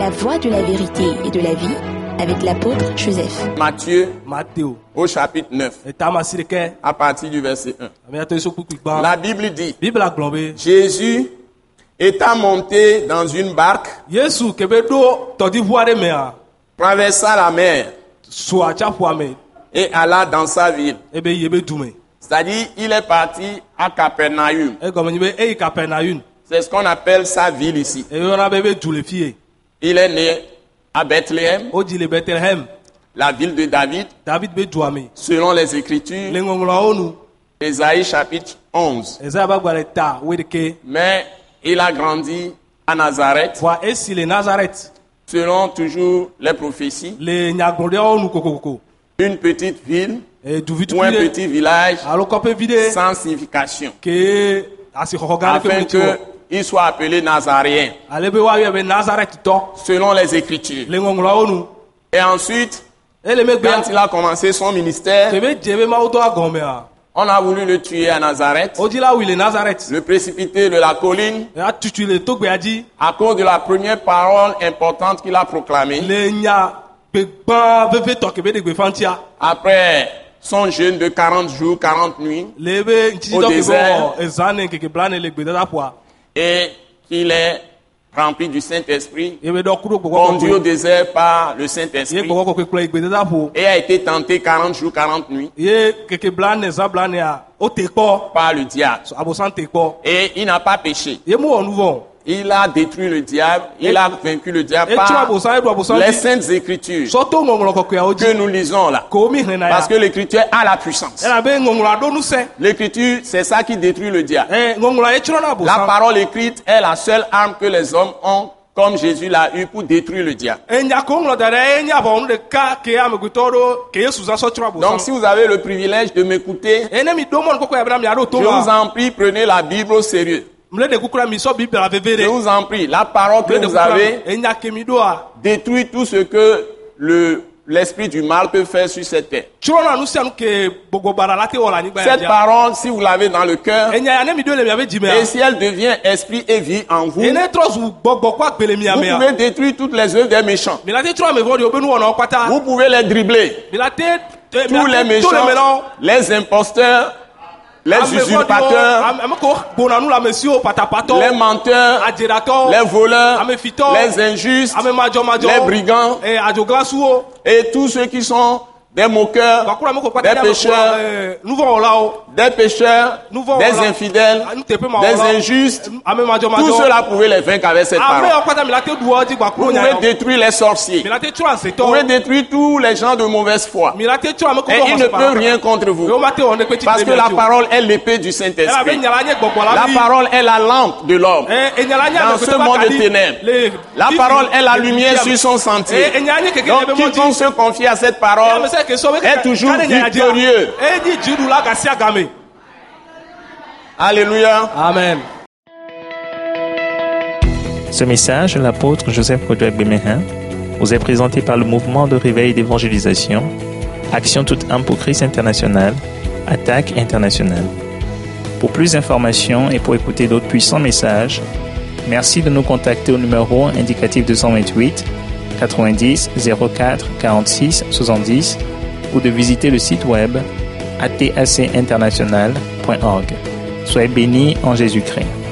La voie de la vérité et de la vie avec l'apôtre Joseph. Matthieu au chapitre 9, à partir du verset 1. La Bible dit, Jésus étant monté dans une barque, traversa la mer et alla dans sa ville. C'est-à-dire, il est parti à Capernaum. C'est ce qu'on appelle sa ville ici. Il est né à Bethléem, la ville de David, selon les Écritures, Ésaïe chapitre 11. Mais il a grandi à Nazareth, selon toujours les prophéties, une petite ville ou un petit village sans signification, afin qu'il soit appelé Nazaréen, selon les Écritures. Et ensuite, quand il a commencé son ministère, on a voulu le tuer à Nazareth, le précipiter de la colline, à cause de la première parole importante qu'il a proclamée. Après son jeûne de 40 jours, 40 nuits, au désert, et qu'il est rempli du Saint-Esprit, conduit au désert par le Saint-Esprit, et a été tenté 40 jours, 40 nuits par le diable. Et il n'a pas péché. Il a détruit le diable, il a vaincu le diable par les saintes écritures que nous lisons là. Parce que l'écriture a la puissance. L'écriture, c'est ça qui détruit le diable. La parole écrite est la seule arme que les hommes ont, comme Jésus l'a eu pour détruire le diable. Donc si vous avez le privilège de m'écouter, je vous en prie, prenez la Bible au sérieux. Je vous en prie, la parole que vous avez détruit tout ce que l'esprit du mal peut faire sur cette terre. Cette parole, si vous l'avez dans le cœur, et si elle devient esprit et vie en vous, vous pouvez détruire toutes les œuvres des méchants. Vous pouvez les dribbler. Tous les méchants, les imposteurs, les usurpateurs, les menteurs, les voleurs, les injustes, les brigands, et tous ceux qui sont des moqueurs, des pécheurs, des infidèles, des injustes. Tous ceux-là pouvaient les vaincre avec cette parole. Vous pouvez détruire les sorciers. Vous pouvez détruire tous les gens de mauvaise foi. Et ils ne peuvent rien contre vous. Parce que la parole est l'épée du Saint-Esprit. La parole est la lampe de l'homme dans ce monde de ténèbres. La parole est la lumière sur son sentier. Donc quiconque se confie à cette parole est toujours victorieux. Alléluia. Amen. Ce message de l'apôtre Joseph Kodouak Bemehin vous est présenté par le mouvement de réveil d'évangélisation, Action toute âme pour Christ international, Attaque internationale. Pour plus d'informations et pour écouter d'autres puissants messages, merci de nous contacter au numéro indicatif 228 90 04 46 70 ou de visiter le site web atacinternational.org. Soyez bénis en Jésus-Christ.